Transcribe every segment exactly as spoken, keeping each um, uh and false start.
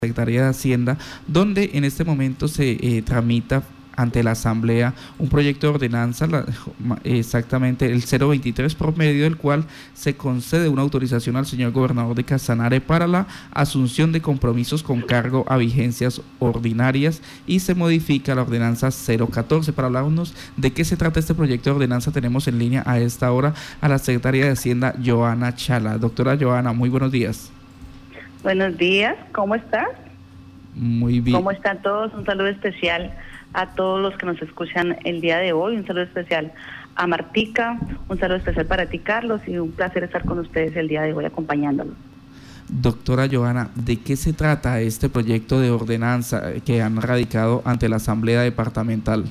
Secretaría de Hacienda, donde en este momento se eh, tramita ante la Asamblea un proyecto de ordenanza, la, exactamente el cero veintitrés, por medio del cual se concede una autorización al señor gobernador de Casanare para la asunción de compromisos con cargo a vigencias ordinarias y se modifica la ordenanza cero catorce. Para hablarnos de qué se trata este proyecto de ordenanza, tenemos en línea a esta hora a la Secretaria de Hacienda, Joana Chala. Doctora Joana, muy buenos días. Buenos días, ¿cómo estás? Muy bien. ¿Cómo están todos? Un saludo especial a todos los que nos escuchan el día de hoy, un saludo especial a Martica, un saludo especial para ti, Carlos, y un placer estar con ustedes el día de hoy acompañándolos. Doctora Joana, ¿de qué se trata este proyecto de ordenanza que han radicado ante la Asamblea Departamental?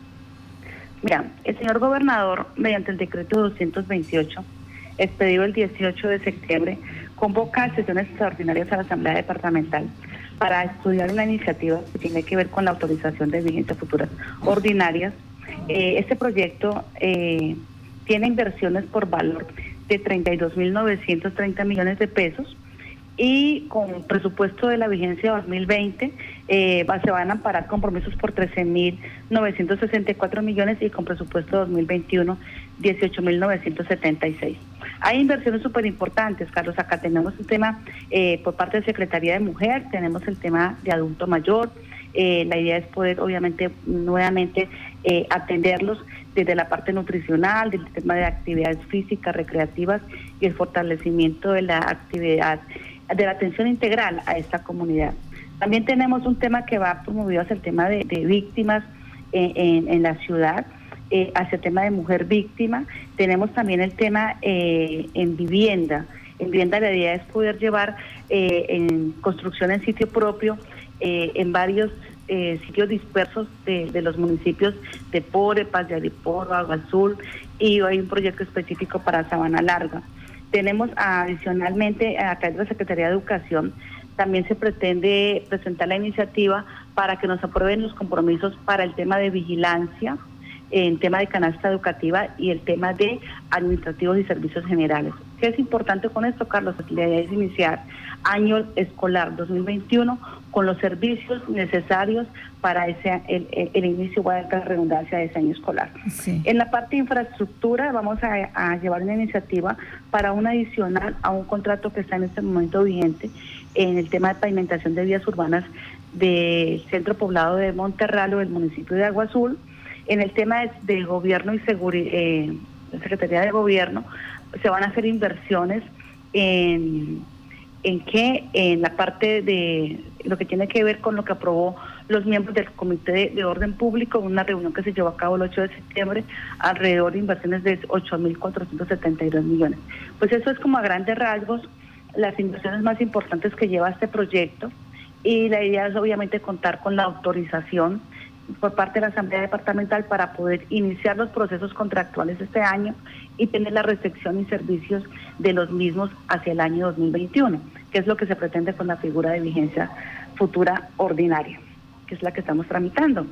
Mira, el señor gobernador, mediante el decreto doscientos veintiocho, expedido el dieciocho de septiembre, convoca a sesiones extraordinarias a la Asamblea Departamental para estudiar una iniciativa que tiene que ver con la autorización de vigencias futuras ordinarias. Eh, este proyecto eh, tiene inversiones por valor de treinta y dos mil novecientos treinta millones de pesos y con presupuesto de la vigencia dos mil veinte eh, se van a amparar compromisos por trece mil novecientos sesenta y cuatro millones y con presupuesto dos mil veintiuno dieciocho mil novecientos setenta y seis. Hay inversiones súper importantes, Carlos. Acá tenemos un tema eh, por parte de Secretaría de Mujer, tenemos el tema de adulto mayor. Eh, la idea es poder, obviamente, nuevamente eh, atenderlos desde la parte nutricional, del tema de actividades físicas, recreativas y el fortalecimiento de la actividad, de la atención integral a esta comunidad. También tenemos un tema que va promovido hacia el tema de, de víctimas en, en, en la ciudad, eh, hacia el tema de mujer víctima. Tenemos también el tema eh, en vivienda. En vivienda la idea es poder llevar eh, en construcción en sitio propio, eh, en varios eh, sitios dispersos de, de los municipios de Pore, Paz de Ariporo, Agua Azul, y hay un proyecto específico para Sabana Larga. Tenemos adicionalmente, a través de la Secretaría de Educación, también se pretende presentar la iniciativa para que nos aprueben los compromisos para el tema de vigilancia, en tema de canasta educativa y el tema de administrativos y servicios generales. ¿Qué es importante con esto, Carlos? La idea es iniciar año escolar dos mil veintiuno con los servicios necesarios para ese el, el, el inicio, voy a dar la redundancia, de ese año escolar. Sí. En la parte de infraestructura vamos a, a llevar una iniciativa para un adicional a un contrato que está en este momento vigente en el tema de pavimentación de vías urbanas del centro poblado de Monterralo, del municipio de Agua Azul. En el tema de, de gobierno y seguridad, eh, la Secretaría de Gobierno, se van a hacer inversiones en, en que en la parte de lo que tiene que ver con lo que aprobó los miembros del Comité de, de Orden Público, una reunión que se llevó a cabo el ocho de septiembre, alrededor de inversiones de ocho mil cuatrocientos setenta y dos millones. Pues eso es como a grandes rasgos las inversiones más importantes que lleva este proyecto, y la idea es obviamente contar con la autorización por parte de la Asamblea Departamental para poder iniciar los procesos contractuales este año y tener la recepción y servicios de los mismos hacia el año dos mil veintiuno, que es lo que se pretende con la figura de vigencia futura ordinaria, que es la que estamos tramitando.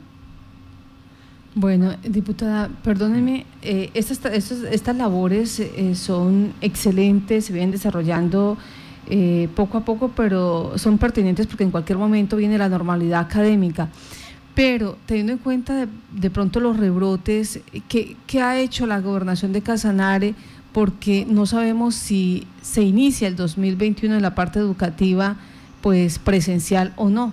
Bueno, diputada, perdóneme, eh, estas, estas, estas labores eh, son excelentes, se vienen desarrollando eh, poco a poco, pero son pertinentes porque en cualquier momento viene la normalidad académica. Pero teniendo en cuenta de, de pronto los rebrotes, ¿qué, ¿qué ha hecho la gobernación de Casanare? Porque no sabemos si se inicia el dos mil veintiuno en la parte educativa, pues presencial o no.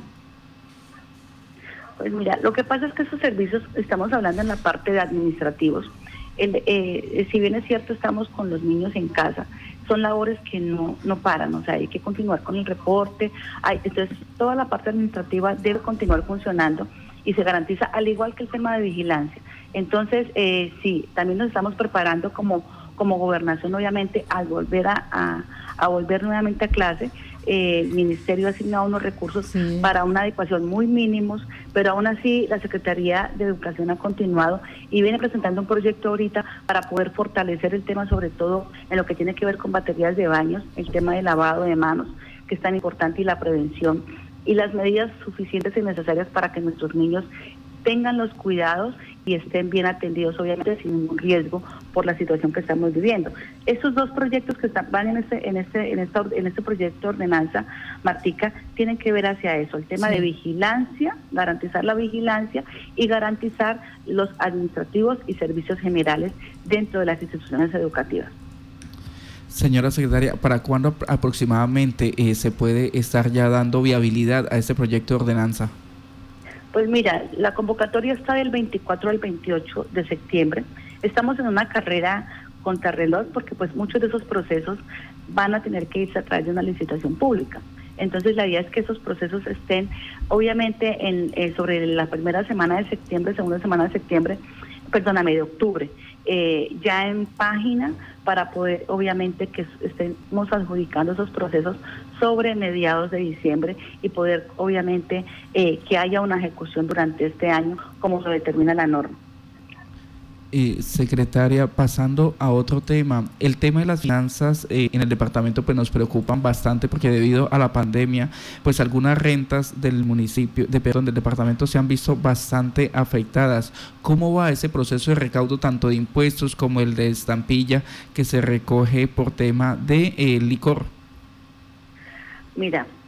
Pues mira, lo que pasa es que esos servicios, estamos hablando en la parte de administrativos. El, eh, si bien es cierto, estamos con los niños en casa, son labores que no, no paran, o sea, hay que continuar con el reporte, hay, entonces toda la parte administrativa debe continuar funcionando y se garantiza, al igual que el tema de vigilancia. Entonces, eh, sí, también nos estamos preparando como, como gobernación, obviamente, al volver a, a, a volver nuevamente a clase. Eh, el Ministerio ha asignado unos recursos sí. para una adecuación muy mínimos, pero aún así la Secretaría de Educación ha continuado y viene presentando un proyecto ahorita para poder fortalecer el tema, sobre todo en lo que tiene que ver con baterías de baños, el tema de lavado de manos, que es tan importante, y la prevención, y las medidas suficientes y necesarias para que nuestros niños tengan los cuidados y estén bien atendidos, obviamente sin ningún riesgo por la situación que estamos viviendo. Estos dos proyectos que están, van en este, en este, en esta, en este proyecto de ordenanza, Martica, tienen que ver hacia eso, el tema sí. de vigilancia, garantizar la vigilancia y garantizar los administrativos y servicios generales dentro de las instituciones educativas. Señora secretaria, ¿para cuándo aproximadamente eh, se puede estar ya dando viabilidad a este proyecto de ordenanza? Pues mira, la convocatoria está del veinticuatro al veintiocho de septiembre. Estamos en una carrera contrarreloj porque pues muchos de esos procesos van a tener que irse a través de una licitación pública. Entonces la idea es que esos procesos estén obviamente en eh, sobre la primera semana de septiembre, segunda semana de septiembre, perdóname, de octubre, eh, ya en página para poder obviamente que estemos adjudicando esos procesos sobre mediados de diciembre y poder obviamente eh, que haya una ejecución durante este año como se determina la norma. Eh, secretaria, pasando a otro tema, el tema de las finanzas eh, en el departamento pues nos preocupan bastante porque debido a la pandemia pues algunas rentas del municipio, de perdón, del departamento se han visto bastante afectadas. ¿Cómo va ese proceso de recaudo tanto de impuestos como el de estampilla que se recoge por tema de eh, licor? Mira,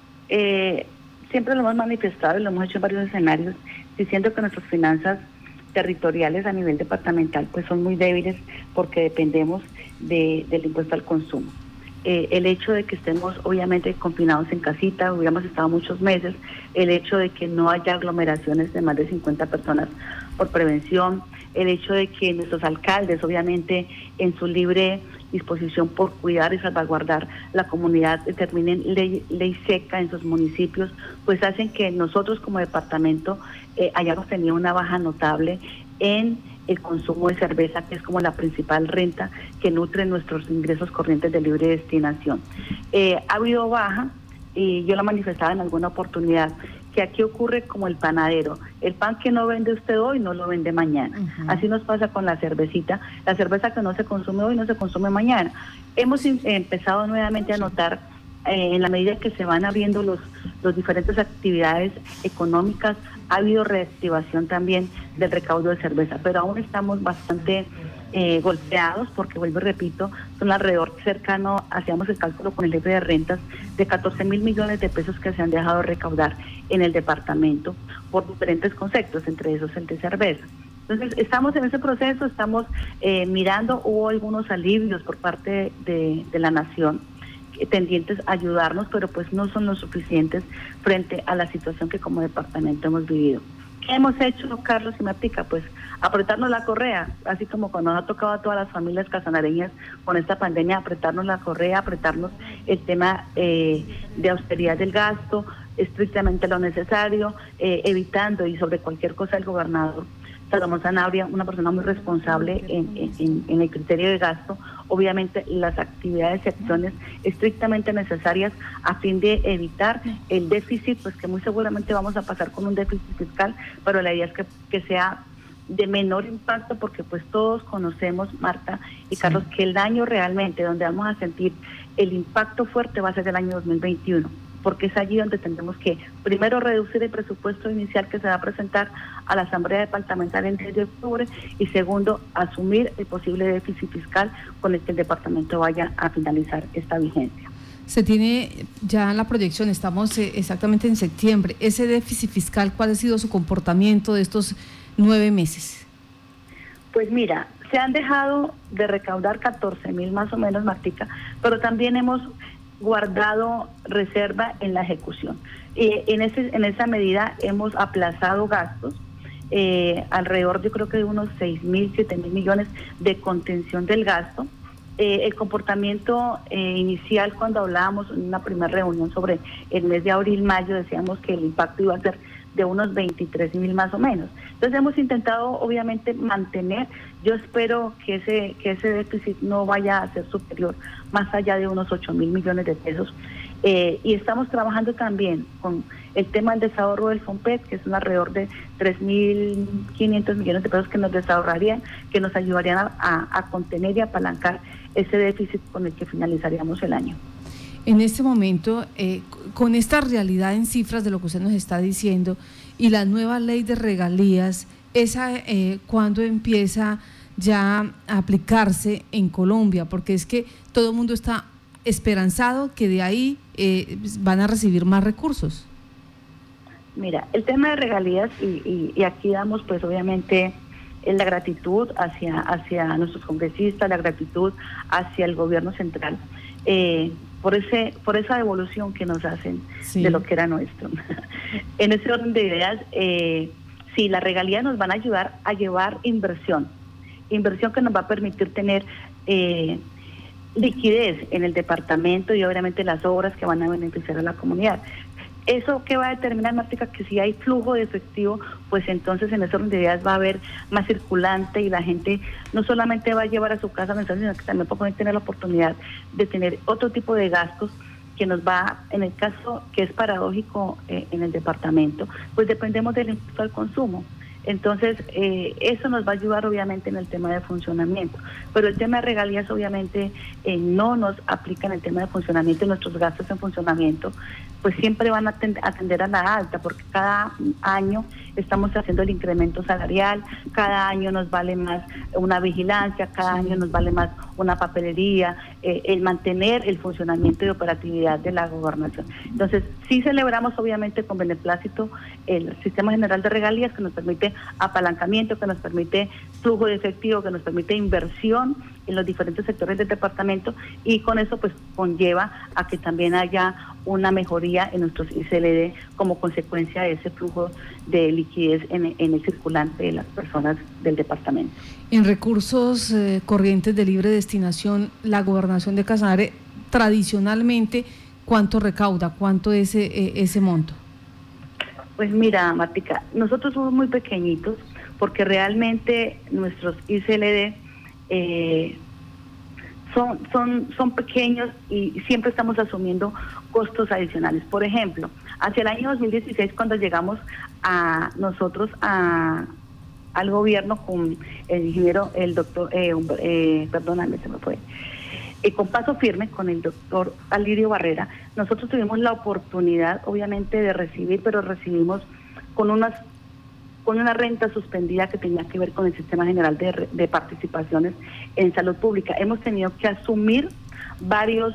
eh, siempre lo hemos manifestado y lo hemos hecho en varios escenarios diciendo que nuestras finanzas territoriales a nivel departamental pues son muy débiles porque dependemos de, del impuesto al consumo. Eh, el hecho de que estemos obviamente confinados en casita, hubiéramos estado muchos meses, el hecho de que no haya aglomeraciones de más de cincuenta personas por prevención, el hecho de que nuestros alcaldes obviamente en su libre disposición por cuidar y salvaguardar la comunidad determinen ley, ley seca en sus municipios, pues hacen que nosotros como departamento eh, hayamos tenido una baja notable en el consumo de cerveza, que es como la principal renta que nutre nuestros ingresos corrientes de libre destinación. Eh, ha habido baja, y yo la manifestaba en alguna oportunidad, que aquí ocurre como el panadero, el pan que no vende usted hoy no lo vende mañana. Uh-huh. Así nos pasa con la cervecita, la cerveza que no se consume hoy no se consume mañana. Hemos in- empezado nuevamente a notar eh, en la medida que se van abriendo los, los diferentes actividades económicas, ha habido reactivación también del recaudo de cerveza, pero aún estamos bastante eh, golpeados porque, vuelvo y repito, son alrededor cercano, hacíamos el cálculo con el jefe de rentas, de catorce mil millones de pesos que se han dejado de recaudar en el departamento por diferentes conceptos, entre esos el de cerveza. Entonces, estamos en ese proceso, estamos eh, mirando, hubo algunos alivios por parte de, de la nación, tendientes a ayudarnos, pero pues no son los suficientes frente a la situación que como departamento hemos vivido. ¿Qué hemos hecho, Carlos y Martica? Pues apretarnos la correa, así como cuando nos ha tocado a todas las familias casanareñas con esta pandemia, apretarnos la correa, apretarnos el tema eh, de austeridad del gasto, estrictamente lo necesario, eh, evitando y sobre cualquier cosa el gobernador Salomón Sanabria, una persona muy responsable en, en, en el criterio de gasto, obviamente las actividades y acciones estrictamente necesarias a fin de evitar el déficit, pues que muy seguramente vamos a pasar con un déficit fiscal, pero la idea es que, que sea de menor impacto porque pues todos conocemos, Marta y Carlos, sí, que el daño realmente donde vamos a sentir el impacto fuerte va a ser el año dos mil veintiuno. Porque es allí donde tendremos que, primero, reducir el presupuesto inicial que se va a presentar a la Asamblea Departamental el diez de octubre y, segundo, asumir el posible déficit fiscal con el que el departamento vaya a finalizar esta vigencia. Se tiene ya la proyección, estamos exactamente en septiembre. Ese déficit fiscal, ¿cuál ha sido su comportamiento de estos nueve meses? Pues mira, se han dejado de recaudar catorce mil más o menos, Martica, pero también hemos guardado reserva en la ejecución. Y en ese en esa medida hemos aplazado gastos, eh, alrededor yo creo que de unos seis mil, siete mil millones de contención del gasto. Eh, el comportamiento eh, inicial cuando hablábamos en una primera reunión sobre el mes de abril-mayo decíamos que el impacto iba a ser de unos veintitrés mil más o menos. Entonces hemos intentado obviamente mantener, yo espero que ese que ese déficit no vaya a ser superior más allá de unos ocho mil millones de pesos. Eh, y estamos trabajando también con el tema del desahorro del FOMPET, que es un alrededor de tres mil quinientos millones de pesos que nos desahorrarían, que nos ayudarían a, a, a contener y apalancar ese déficit con el que finalizaríamos el año. En este momento, eh, con esta realidad en cifras de lo que usted nos está diciendo y la nueva ley de regalías, esa eh, ¿cuándo empieza ya a aplicarse en Colombia? Porque es que todo el mundo está esperanzado que de ahí eh, van a recibir más recursos. Mira, el tema de regalías, y, y, y aquí damos pues obviamente la gratitud hacia, hacia nuestros congresistas, la gratitud hacia el gobierno central, eh, por ese por esa devolución que nos hacen sí. de lo que era nuestro. En ese orden de ideas, eh, sí, las regalías nos van a ayudar a llevar inversión, inversión que nos va a permitir tener eh, liquidez en el departamento y obviamente las obras que van a beneficiar a la comunidad. ¿Eso qué va a determinar, Martica? Que si hay flujo de efectivo, pues entonces en esa unidad va a haber más circulante y la gente no solamente va a llevar a su casa mensual, sino que también va a poder tener la oportunidad de tener otro tipo de gastos que nos va, en el caso que es paradójico eh, en el departamento, pues dependemos del impuesto al consumo. Entonces, eh, eso nos va a ayudar obviamente en el tema de funcionamiento, pero el tema de regalías obviamente eh, no nos aplica en el tema de funcionamiento, y nuestros gastos en funcionamiento pues siempre van a atender a la alta, porque cada año estamos haciendo el incremento salarial, cada año nos vale más una vigilancia, cada año nos vale más una papelería, eh, el mantener el funcionamiento y operatividad de la gobernación. Entonces, sí celebramos obviamente con beneplácito el Sistema General de Regalías, que nos permite apalancamiento, que nos permite flujo de efectivo, que nos permite inversión en los diferentes sectores del departamento, y con eso pues conlleva a que también haya una mejoría en nuestros I C L D como consecuencia de ese flujo de liquidez en, en el circulante de las personas del departamento. En recursos eh, corrientes de libre destinación, la gobernación de Casanare tradicionalmente, ¿cuánto recauda? ¿Cuánto es ese, ese monto? Pues mira, Martica, nosotros somos muy pequeñitos porque realmente nuestros I C L D eh, son, son, son pequeños y siempre estamos asumiendo costos adicionales. Por ejemplo, hacia el año dos mil dieciséis, cuando llegamos a nosotros a, al gobierno con el ingeniero, el doctor, eh, eh, perdóname, se me fue, eh, con Paso Firme, con el doctor Alirio Barrera, nosotros tuvimos la oportunidad, obviamente, de recibir, pero recibimos con unas con una renta suspendida que tenía que ver con el Sistema General de, de Participaciones en Salud Pública. Hemos tenido que asumir varios,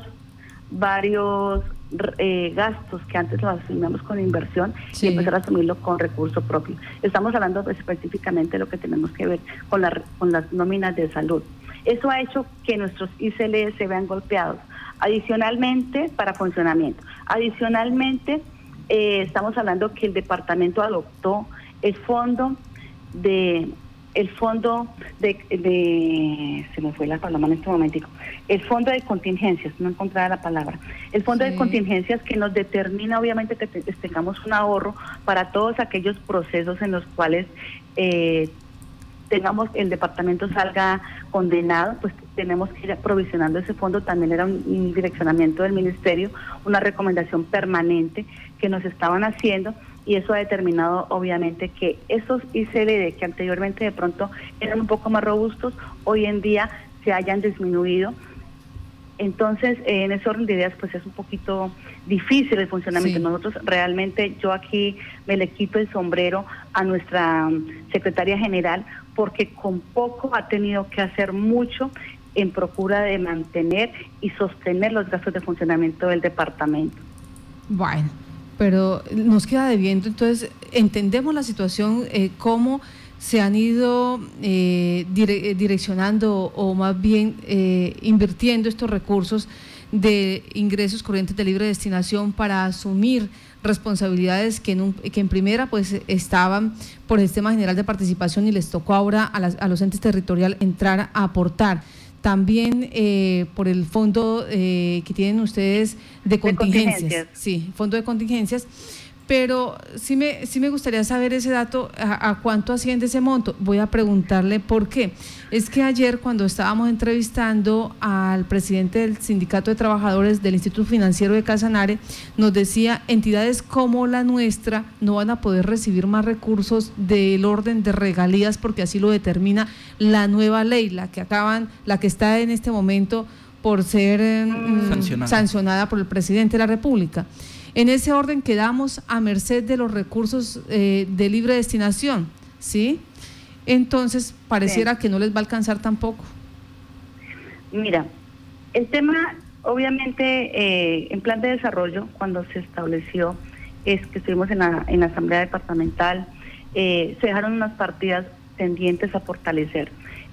varios eh, gastos que antes los asumíamos con inversión sí. y empezar a asumirlo con recurso propio. Estamos hablando específicamente de lo que tenemos que ver con, la, con las nóminas de salud. Eso ha hecho que nuestros I C L D se vean golpeados. Adicionalmente, para funcionamiento. Adicionalmente, eh, estamos hablando que el departamento adoptó el fondo de el fondo de, de se me fue la palabra en este momentico, el fondo de contingencias, no encontraba la palabra, el fondo sí. de contingencias que nos determina obviamente que te, tengamos un ahorro para todos aquellos procesos en los cuales eh, tengamos el departamento salga condenado, pues tenemos que ir provisionando ese fondo. También era un, un direccionamiento del ministerio, una recomendación permanente que nos estaban haciendo, y eso ha determinado obviamente que esos I C L D que anteriormente de pronto eran un poco más robustos, hoy en día se hayan disminuido. Entonces, eh, en ese orden de ideas, pues es un poquito difícil el funcionamiento. Sí. Nosotros realmente, yo aquí me le quito el sombrero a nuestra secretaria general, porque con poco ha tenido que hacer mucho en procura de mantener y sostener los gastos de funcionamiento del departamento. Bueno, pero nos queda debiendo, entonces entendemos la situación, eh, cómo se han ido eh, dire, direccionando o más bien eh, invirtiendo estos recursos de ingresos corrientes de libre destinación para asumir responsabilidades que en, un, que en primera pues estaban por el Sistema General de Participación y les tocó ahora a, las, a los entes territoriales entrar a aportar. También eh, por el fondo eh, que tienen ustedes de contingencias, de contingencias. Sí, fondo de contingencias, pero sí me, sí me gustaría saber ese dato, a, a cuánto asciende ese monto. Voy a preguntarle por qué. Es que ayer, cuando estábamos entrevistando al presidente del Sindicato de Trabajadores del Instituto Financiero de Casanare, nos decía, entidades como la nuestra no van a poder recibir más recursos del orden de regalías, porque así lo determina la nueva ley, la que acaban, la que está en este momento por ser eh, sancionada. sancionada por el presidente de la República. En ese orden quedamos a merced de los recursos eh, de libre destinación, ¿sí? Entonces pareciera sí. que no les va a alcanzar tampoco. Mira, el tema, obviamente, eh, en plan de desarrollo, cuando se estableció, es que estuvimos en la, en la Asamblea Departamental, eh, se dejaron unas partidas pendientes a fortalecer,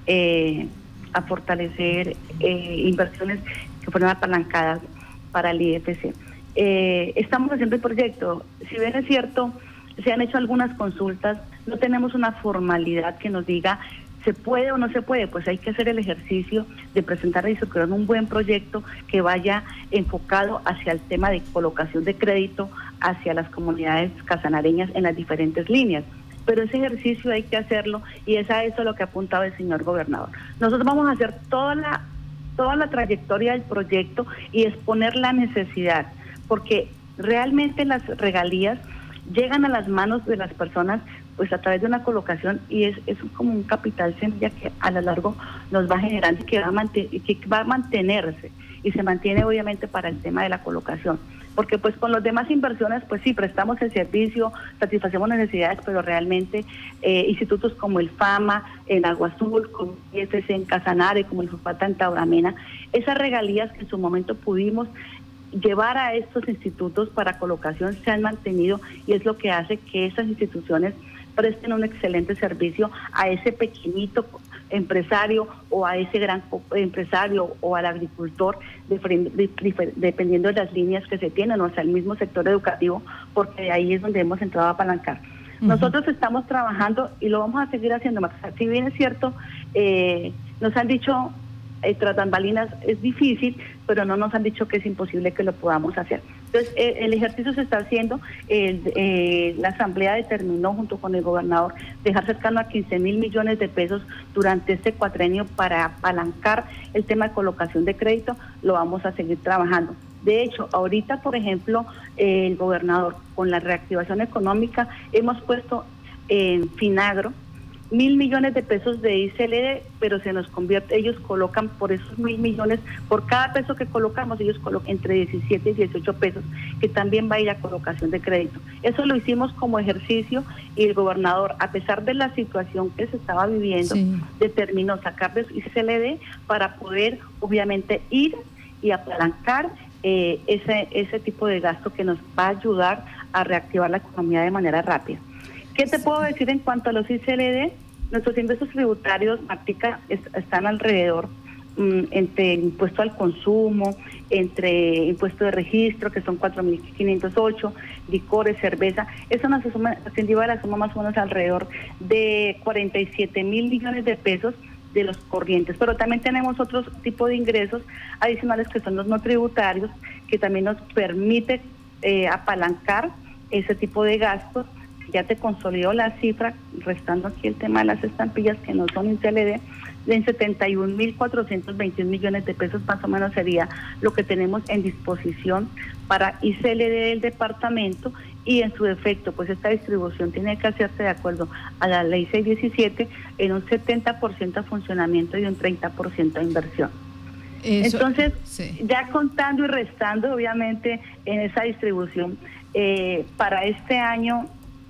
eh, a fortalecer eh, inversiones que fueron apalancadas para el I F C. Eh, estamos haciendo el proyecto. Si bien es cierto, se han hecho algunas consultas, no tenemos una formalidad que nos diga se puede o no se puede, pues hay que hacer el ejercicio de presentar y circular un buen proyecto que vaya enfocado hacia el tema de colocación de crédito hacia las comunidades casanareñas en las diferentes líneas. Pero ese ejercicio hay que hacerlo y es a eso lo que ha apuntado el señor gobernador. Nosotros vamos a hacer toda la, toda la trayectoria del proyecto y exponer la necesidad, porque realmente las regalías llegan a las manos de las personas pues a través de una colocación y es, es como un capital semilla que a lo largo nos va generando y que va, a mantener, que va a mantenerse y se mantiene obviamente para el tema de la colocación, porque pues con las demás inversiones pues sí, prestamos el servicio, satisfacemos necesidades, pero realmente eh, institutos como el FAMA en Agua Azul, como I F C en Casanare, como el FUPATA en Tauramena, esas regalías que en su momento pudimos llevar a estos institutos para colocación se han mantenido y es lo que hace que esas instituciones presten un excelente servicio a ese pequeñito empresario o a ese gran empresario o al agricultor, dependiendo de las líneas que se tienen, o sea, el mismo sector educativo, porque ahí es donde hemos entrado a apalancar. Uh-huh. Nosotros estamos trabajando y lo vamos a seguir haciendo. Si bien es cierto, eh, nos han dicho eh, tras bambalinas es difícil, pero no nos han dicho que es imposible que lo podamos hacer. Entonces, eh, el ejercicio se está haciendo, el, eh, la Asamblea determinó junto con el gobernador dejar cercano a quince mil millones de pesos durante este cuatrenio para apalancar el tema de colocación de crédito, lo vamos a seguir trabajando. De hecho, ahorita, por ejemplo, eh, el gobernador, con la reactivación económica, hemos puesto en Finagro mil millones de pesos de I C L D, pero se nos convierte, ellos colocan por esos mil millones, por cada peso que colocamos, ellos colocan entre diecisiete y dieciocho pesos, que también va a ir a colocación de crédito. Eso lo hicimos como ejercicio y el gobernador, a pesar de la situación que se estaba viviendo, sí. determinó sacar de I C L D para poder, obviamente, ir y apalancar eh, ese, ese tipo de gasto que nos va a ayudar a reactivar la economía de manera rápida. ¿Qué te puedo decir en cuanto a los I C L D? Nuestros ingresos tributarios, Martica, est están alrededor um, entre el impuesto al consumo, entre impuesto de registro, que son cuatro mil quinientos ocho, licores, cerveza. Eso nos suma, se lleva la suma más o menos alrededor de cuarenta y siete mil millones de pesos de los corrientes. Pero también tenemos otro tipo de ingresos adicionales que son los no tributarios, que también nos permite eh, apalancar ese tipo de gastos. Ya te consolidó la cifra, restando aquí el tema de las estampillas que no son I C L D, en setenta y un mil cuatrocientos veintiún millones de pesos más o menos sería lo que tenemos en disposición para I C L D del departamento, y en su defecto pues esta distribución tiene que hacerse de acuerdo a la ley seiscientos diecisiete en un setenta por ciento a funcionamiento y un treinta por ciento a inversión. Eso, Entonces, sí. ya contando y restando obviamente en esa distribución, eh, para este año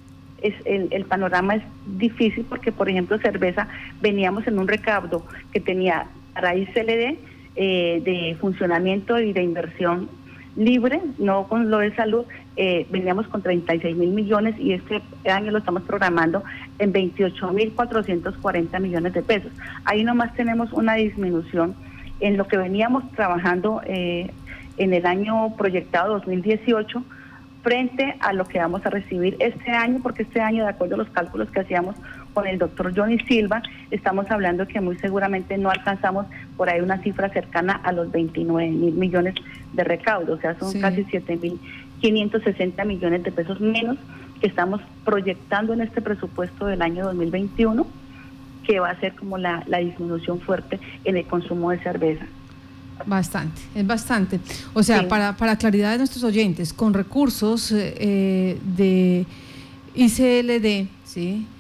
Es el, el panorama es difícil porque, por ejemplo, cerveza, veníamos en un recaudo que tenía para I C L D eh, de funcionamiento y de inversión libre, no con lo de salud, eh, veníamos con treinta y seis mil millones y este año lo estamos programando en veintiocho mil cuatrocientos cuarenta millones de pesos. Ahí nomás tenemos una disminución en lo que veníamos trabajando eh, en el año proyectado dos mil dieciocho, frente a lo que vamos a recibir este año, porque este año, de acuerdo a los cálculos que hacíamos con el doctor Johnny Silva, estamos hablando que muy seguramente no alcanzamos por ahí una cifra cercana a los veintinueve mil millones de recaudo, o sea, son sí. casi siete mil quinientos sesenta millones de pesos menos que estamos proyectando en este presupuesto del año dos mil veintiuno, que va a ser como la, la disminución fuerte en el consumo de cerveza. Bastante, es bastante. O sea, sí. para, para claridad de nuestros oyentes, con recursos eh, de I C L D, ¿sí?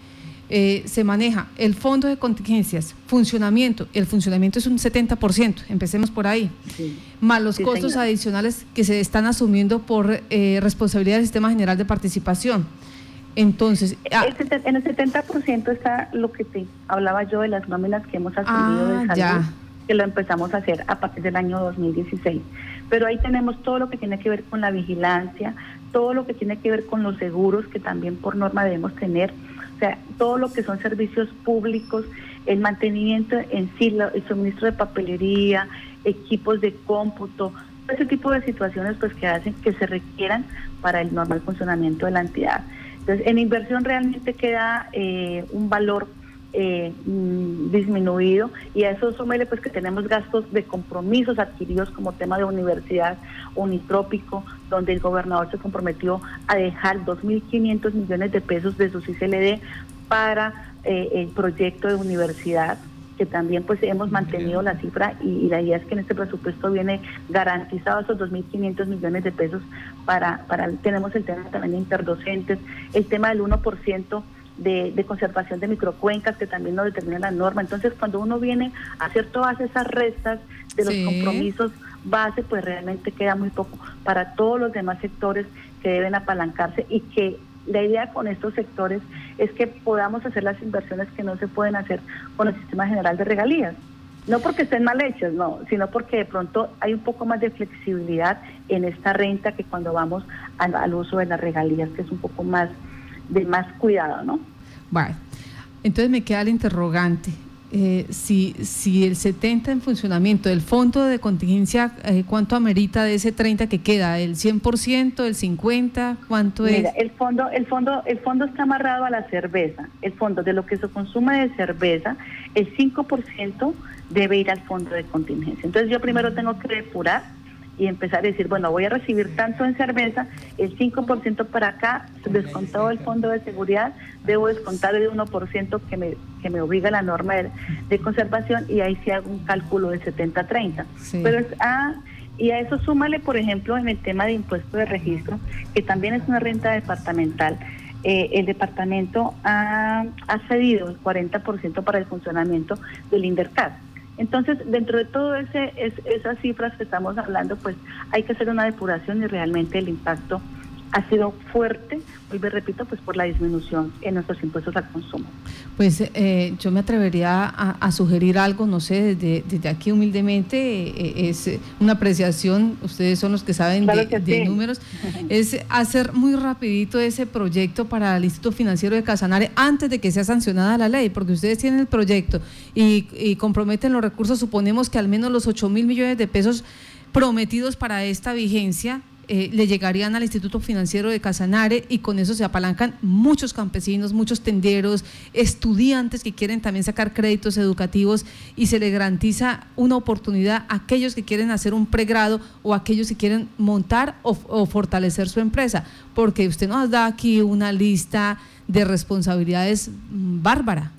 eh, se maneja el fondo de contingencias, funcionamiento, el funcionamiento es un setenta por ciento, empecemos por ahí, sí. más los sí, costos señor. adicionales que se están asumiendo por eh, responsabilidad del Sistema General de Participación. Entonces, ah, el, en el setenta por ciento está lo que te hablaba yo de las nóminas que hemos asumido ah, de salud, ya. que lo empezamos a hacer a partir del año dos mil dieciséis. Pero ahí tenemos todo lo que tiene que ver con la vigilancia, todo lo que tiene que ver con los seguros que también por norma debemos tener, o sea, todo lo que son servicios públicos, el mantenimiento en sí, el suministro de papelería, equipos de cómputo, ese tipo de situaciones pues que hacen que se requieran para el normal funcionamiento de la entidad. Entonces, en inversión realmente queda eh, un valor eh, mm, disminuido, y a eso súmele pues que tenemos gastos de compromisos adquiridos como tema de universidad unitrópico, donde el gobernador se comprometió a dejar dos mil quinientos millones de pesos de su C I C L D para eh, el proyecto de universidad, que también pues hemos mantenido la cifra, y, y la idea es que en este presupuesto viene garantizado esos dos mil quinientos millones de pesos para, para, tenemos el tema también de interdocentes, el tema del uno por ciento de, de conservación de microcuencas que también lo determina la norma. Entonces cuando uno viene a hacer todas esas restas de los sí. compromisos base, pues realmente queda muy poco para todos los demás sectores que deben apalancarse, y que la idea con estos sectores es que podamos hacer las inversiones que no se pueden hacer con el Sistema General de Regalías. No porque estén mal hechas, no, sino porque de pronto hay un poco más de flexibilidad en esta renta que cuando vamos al, al uso de las regalías, que es un poco más de más cuidado, ¿no? Bueno, entonces me queda el interrogante. Eh, si, si el setenta en funcionamiento del fondo de contingencia, eh, ¿cuánto amerita de ese treinta que queda? ¿El cien por ciento, el cincuenta por ciento? ¿Cuánto es? Mira, el fondo, el fondo, el fondo está amarrado a la cerveza. El fondo de lo que se consume de cerveza, el cinco por ciento debe ir al fondo de contingencia. Entonces yo primero tengo que depurar y empezar a decir, bueno, voy a recibir tanto en cerveza, el cinco por ciento para acá, descontado el fondo de seguridad, debo descontar el uno por ciento que me que me obliga la norma de, de conservación, y ahí sí hago un cálculo de setenta treinta. Sí. Pero es, ah, y a eso súmale, por ejemplo, en el tema de impuesto de registro, que también es una renta departamental. Eh, el departamento ha, ha cedido el cuarenta por ciento para el funcionamiento del INDERCAD. Entonces, dentro de todo ese es, esas cifras que estamos hablando, pues hay que hacer una depuración, y realmente el impacto ha sido fuerte, vuelvo y repito, pues por la disminución en nuestros impuestos al consumo. Pues eh, yo me atrevería a, a sugerir algo, no sé, desde, desde aquí humildemente, eh, es una apreciación, ustedes son los que saben claro de, que de sí. números, es hacer muy rapidito ese proyecto para el Instituto Financiero de Casanare antes de que sea sancionada la ley, porque ustedes tienen el proyecto y, y comprometen los recursos, suponemos que al menos los ocho mil millones de pesos prometidos para esta vigencia, Eh, le llegarían al Instituto Financiero de Casanare, y con eso se apalancan muchos campesinos, muchos tenderos, estudiantes que quieren también sacar créditos educativos, y se le garantiza una oportunidad a aquellos que quieren hacer un pregrado o a aquellos que quieren montar o, o fortalecer su empresa, porque usted nos da aquí una lista de responsabilidades bárbara.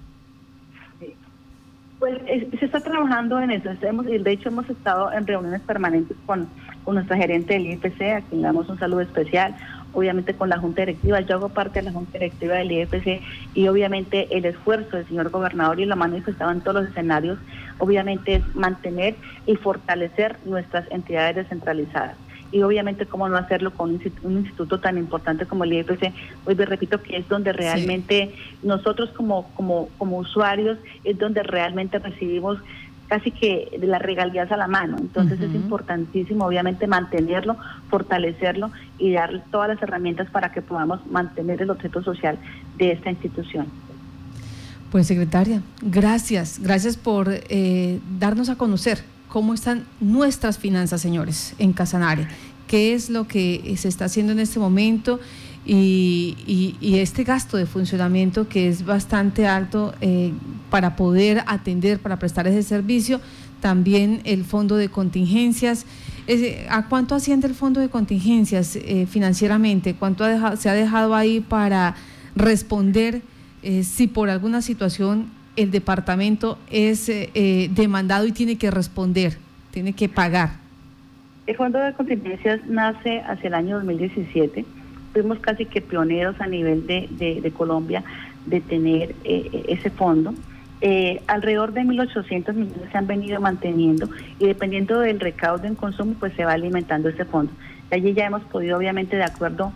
Pues eh, se está trabajando en eso, hemos, de hecho hemos estado en reuniones permanentes con, con nuestra gerente del I F C, a quien le damos un saludo especial, obviamente con la Junta Directiva. Yo hago parte de la Junta Directiva del I F C, y obviamente el esfuerzo del señor gobernador, y lo ha manifestado en todos los escenarios, obviamente es mantener y fortalecer nuestras entidades descentralizadas. Y obviamente cómo no hacerlo con un instituto, un instituto tan importante como el I F C, hoy les repito que es donde realmente sí. nosotros como, como, como usuarios es donde realmente recibimos casi que de las regalías a la mano. Entonces uh-huh. es importantísimo obviamente mantenerlo, fortalecerlo y dar todas las herramientas para que podamos mantener el objeto social de esta institución. Pues secretaria, gracias, gracias por eh, darnos a conocer cómo están nuestras finanzas, señores, en Casanare, qué es lo que se está haciendo en este momento, y, y, y este gasto de funcionamiento que es bastante alto eh, para poder atender, para prestar ese servicio, también el fondo de contingencias. ¿A cuánto asciende el fondo de contingencias eh, financieramente? ¿Cuánto ha dejado, se ha dejado ahí para responder eh, si por alguna situación el departamento es eh, demandado y tiene que responder, tiene que pagar? El fondo de contingencias nace hacia el año dos mil diecisiete fuimos casi que pioneros a nivel de, de, de Colombia de tener eh, ese fondo. Eh, alrededor de mil ochocientos millones se han venido manteniendo y dependiendo del recaudo en consumo, pues se va alimentando ese fondo. De allí ya hemos podido, obviamente, de acuerdo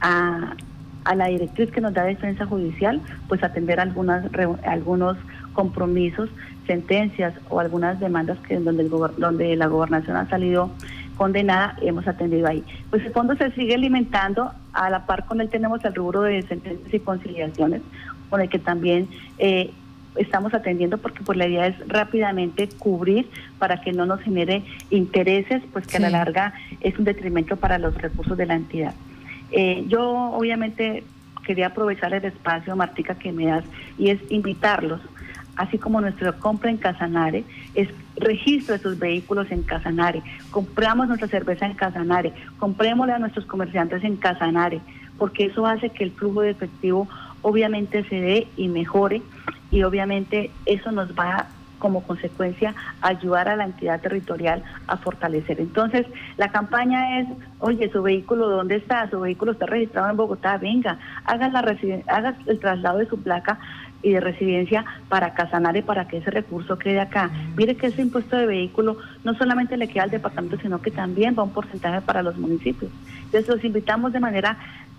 a, a la directriz que nos da Defensa Judicial, pues atender algunas algunos compromisos, sentencias o algunas demandas que donde, el, donde la gobernación ha salido condenada, hemos atendido ahí. Pues el fondo se sigue alimentando, a la par con él tenemos el rubro de sentencias y conciliaciones, con el que también eh, estamos atendiendo, porque pues la idea es rápidamente cubrir para que no nos genere intereses, pues que sí, a la larga es un detrimento para los recursos de la entidad. Eh, yo obviamente quería aprovechar el espacio, Martica, que me das, y es invitarlos, así como nuestra compra en Casanare, es registro de sus vehículos en Casanare, compramos nuestra cerveza en Casanare, comprémosle a nuestros comerciantes en Casanare, porque eso hace que el flujo de efectivo obviamente se dé y mejore, y obviamente eso nos va como consecuencia a ayudar a la entidad territorial a fortalecer. Entonces, la campaña es, oye, su vehículo, ¿dónde está? Su vehículo está registrado en Bogotá, venga, haga, la haga el traslado de su placa y de residencia para Casanare, para que ese recurso quede acá. Mire que ese impuesto de vehículo no solamente le queda al departamento, sino que también va un porcentaje para los municipios. Entonces, los invitamos de manera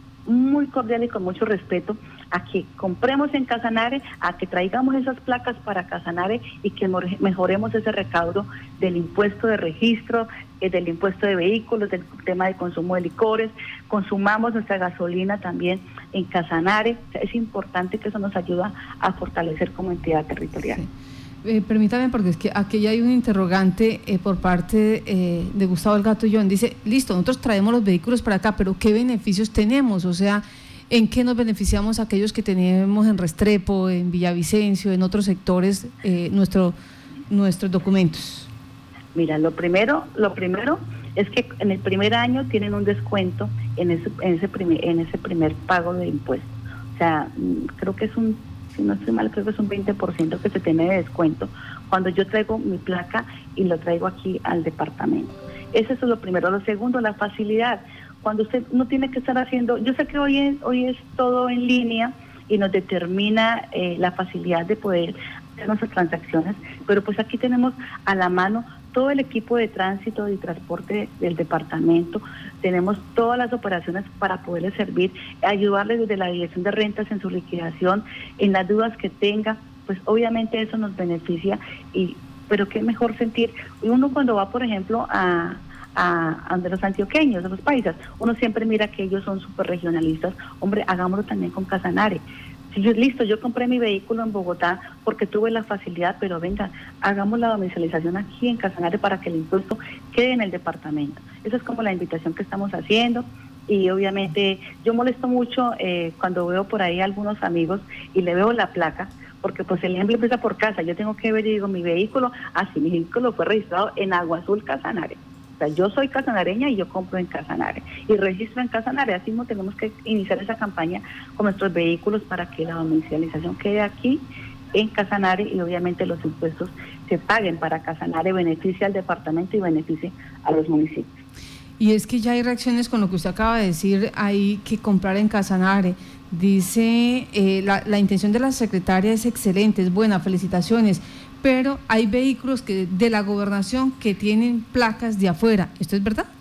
muy cordial y con mucho respeto a que compremos en Casanare, a que traigamos esas placas para Casanare y que mejoremos ese recaudo del impuesto de registro, eh, del impuesto de vehículos, del tema de consumo de licores, consumamos nuestra gasolina también en Casanare. O sea, es importante, que eso nos ayuda a fortalecer como entidad territorial. Sí. Eh, permítame, porque es que aquí hay un interrogante eh, por parte eh, de Gustavo El Gato John. Dice, listo, nosotros traemos los vehículos para acá, pero ¿qué beneficios tenemos? O sea, ¿en qué nos beneficiamos aquellos que tenemos en Restrepo, en Villavicencio, en otros sectores, eh, nuestro, nuestros documentos? Mira, lo primero, lo primero es que en el primer año tienen un descuento en ese, en ese, primer, en ese primer pago de impuestos. O sea, creo que es un, si no estoy mal, creo que es un veinte por ciento que se tiene de descuento cuando yo traigo mi placa y lo traigo aquí al departamento. Eso es lo primero. Lo segundo, la facilidad. Cuando usted no tiene que estar haciendo, yo sé que hoy es, hoy es todo en línea y nos determina eh, la facilidad de poder hacer nuestras transacciones, pero pues aquí tenemos a la mano todo el equipo de tránsito y transporte del departamento, tenemos todas las operaciones para poderles servir, ayudarles desde la Dirección de Rentas en su liquidación, en las dudas que tenga, pues obviamente eso nos beneficia, y pero qué mejor sentir, uno cuando va, por ejemplo, a... A, a de los antioqueños, de los paisas, uno siempre mira que ellos son súper regionalistas. Hombre, hagámoslo también con Casanare. Si yo, listo, yo compré mi vehículo en Bogotá porque tuve la facilidad, pero venga, hagamos la domiciliación aquí en Casanare para que el impuesto quede en el departamento. Esa es como la invitación que estamos haciendo. Y obviamente yo molesto mucho eh, cuando veo por ahí a algunos amigos y le veo la placa, porque pues el ejemplo empieza por casa. Yo tengo que ver y digo, mi vehículo, así mi vehículo fue registrado en Agua Azul, Casanare. O sea, yo soy casanareña y yo compro en Casanare y registro en Casanare. Así mismo tenemos que iniciar esa campaña con nuestros vehículos para que la domiciliación quede aquí en Casanare y obviamente los impuestos se paguen para Casanare, beneficie al departamento y beneficie a los municipios. Y es que ya hay reacciones con lo que usted acaba de decir, hay que comprar en Casanare. Dice, eh, la, la intención de la secretaria es excelente, es buena, felicitaciones, pero hay vehículos que de la gobernación que tienen placas de afuera. ¿Esto es verdad?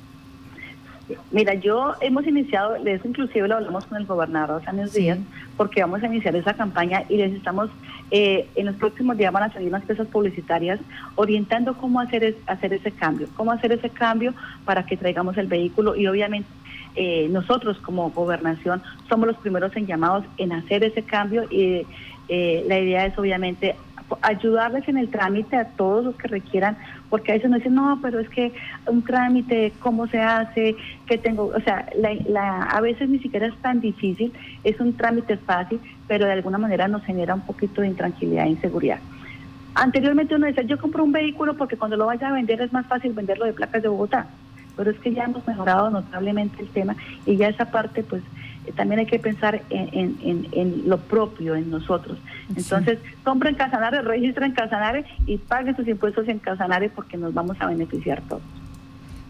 Mira, yo hemos iniciado, eso inclusive lo hablamos con el gobernador hace unos días, sí, porque vamos a iniciar esa campaña y les estamos, eh, en los próximos días van a salir unas piezas publicitarias orientando cómo hacer, es, hacer ese cambio, cómo hacer ese cambio para que traigamos el vehículo y obviamente eh, nosotros como gobernación somos los primeros en llamados en hacer ese cambio y eh, la idea es obviamente ayudarles en el trámite a todos los que requieran, porque a veces nos dicen, no, pero es que un trámite, ¿cómo se hace? ¿Qué tengo? O sea, la, la, a veces ni siquiera es tan difícil, es un trámite fácil, pero de alguna manera nos genera un poquito de intranquilidad e inseguridad. Anteriormente uno decía, yo compro un vehículo porque cuando lo vaya a vender es más fácil venderlo de placas de Bogotá, pero es que ya hemos mejorado notablemente el tema y ya esa parte pues también hay que pensar en, en, en, en lo propio, en nosotros. Entonces, sí, compra en Casanare, registra en Casanare y pague sus impuestos en Casanare porque nos vamos a beneficiar todos.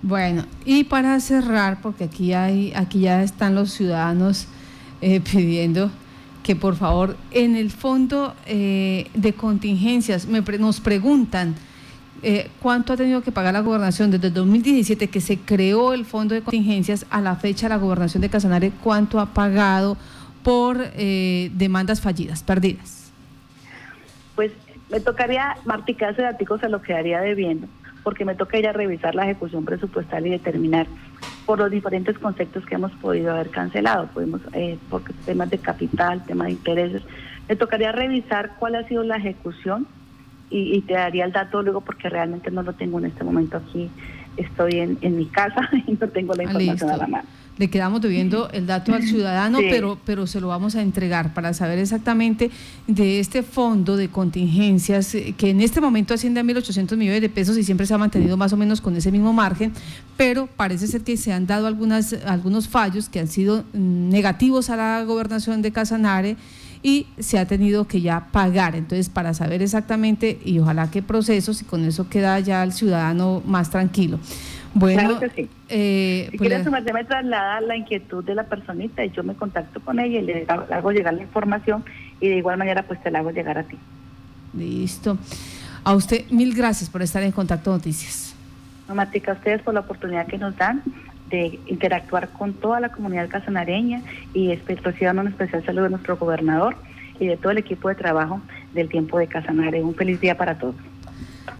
Bueno, y para cerrar, porque aquí hay, aquí ya están los ciudadanos eh, pidiendo que por favor en el fondo eh, de contingencias me pre- nos preguntan eh, cuánto ha tenido que pagar la gobernación desde el dos mil diecisiete que se creó el fondo de contingencias a la fecha. La gobernación de Casanare, cuánto ha pagado por eh, demandas fallidas, perdidas. Pues me tocaría, Martica, ese datico se lo quedaría debiendo, porque me toca ir a revisar la ejecución presupuestal y determinar por los diferentes conceptos que hemos podido haber cancelado, podemos eh, porque temas de capital, temas de intereses, me tocaría revisar cuál ha sido la ejecución y, y te daría el dato luego, porque realmente no lo tengo en este momento aquí, estoy en, en mi casa y no tengo la información ah, a la mano. Le quedamos debiendo el dato al ciudadano, sí. pero, pero se lo vamos a entregar para saber exactamente de este fondo de contingencias que en este momento asciende a mil ochocientos millones de pesos y siempre se ha mantenido más o menos con ese mismo margen, pero parece ser que se han dado algunas, algunos fallos que han sido negativos a la gobernación de Casanare y se ha tenido que ya pagar. Entonces, para saber exactamente, y ojalá que procesos, y con eso queda ya el ciudadano más tranquilo. Bueno, claro que sí. Eh, si pues quieres, le... me traslada la inquietud de la personita y yo me contacto con ella y le hago llegar la información y de igual manera pues te la hago llegar a ti. Listo. A usted mil gracias por estar en Contacto Noticias. No, Matica, a ustedes por la oportunidad que nos dan de interactuar con toda la comunidad casanareña y reciban un especial saludo de nuestro gobernador y de todo el equipo de trabajo del Tiempo de Casanare. Un feliz día para todos.